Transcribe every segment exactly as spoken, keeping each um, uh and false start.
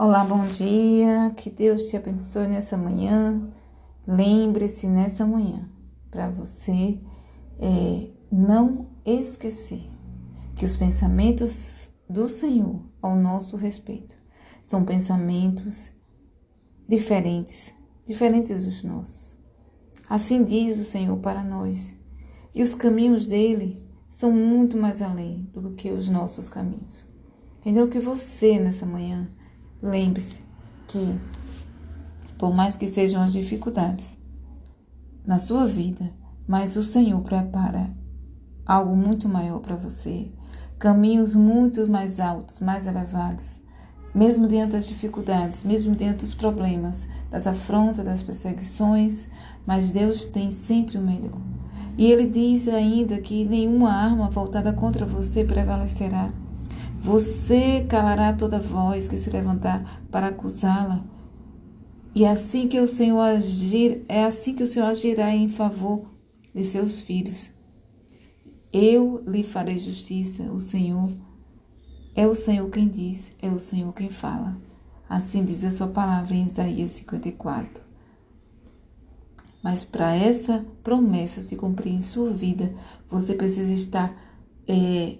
Olá, bom dia, que Deus te abençoe nessa manhã. Lembre-se nessa manhã, para você é, não esquecer que os pensamentos do Senhor ao nosso respeito são pensamentos diferentes, diferentes dos nossos. Assim diz o Senhor para nós, e os caminhos dele são muito mais além do que os nossos caminhos. Então que você nessa manhã lembre-se que, por mais que sejam as dificuldades na sua vida, mas o Senhor prepara algo muito maior para você, caminhos muito mais altos, mais elevados, mesmo diante das dificuldades, mesmo diante dos problemas, das afrontas, das perseguições, mas Deus tem sempre o melhor. E Ele diz ainda que nenhuma arma voltada contra você prevalecerá. Você calará toda voz que se levantar para acusá-la. E assim que o Senhor agir, é assim que o Senhor agirá em favor de seus filhos. Eu lhe farei justiça, o Senhor. É o Senhor quem diz, é o Senhor quem fala. Assim diz a sua palavra em Isaías cinquenta e quatro. Mas para essa promessa se cumprir em sua vida, você precisa estar é,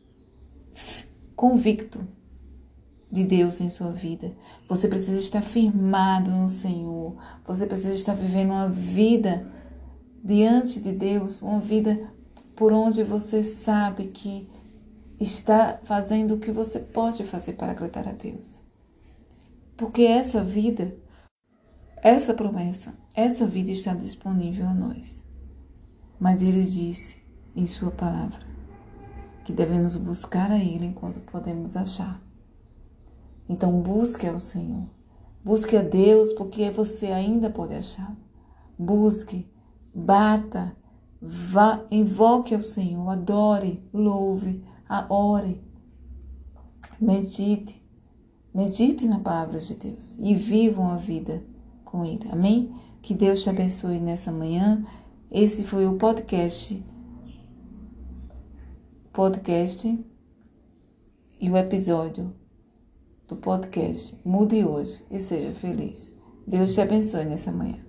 convicto de Deus em sua vida. Você precisa estar firmado no Senhor. Você precisa estar vivendo uma vida diante de Deus, uma vida por onde você sabe que está fazendo o que você pode fazer para agradar a Deus. Porque essa vida, essa promessa, essa vida está disponível a nós. Mas Ele disse em sua palavra que devemos buscar a Ele enquanto podemos achar. Então busque ao Senhor. Busque a Deus porque você ainda pode achar. Busque, bata, vá, invoque ao Senhor, adore, louve, ore, medite. Medite na palavra de Deus e viva uma vida com Ele. Amém? Que Deus te abençoe nessa manhã. Esse foi o podcast podcast e o episódio do podcast Mude Hoje e Seja Feliz. Deus te abençoe nessa manhã.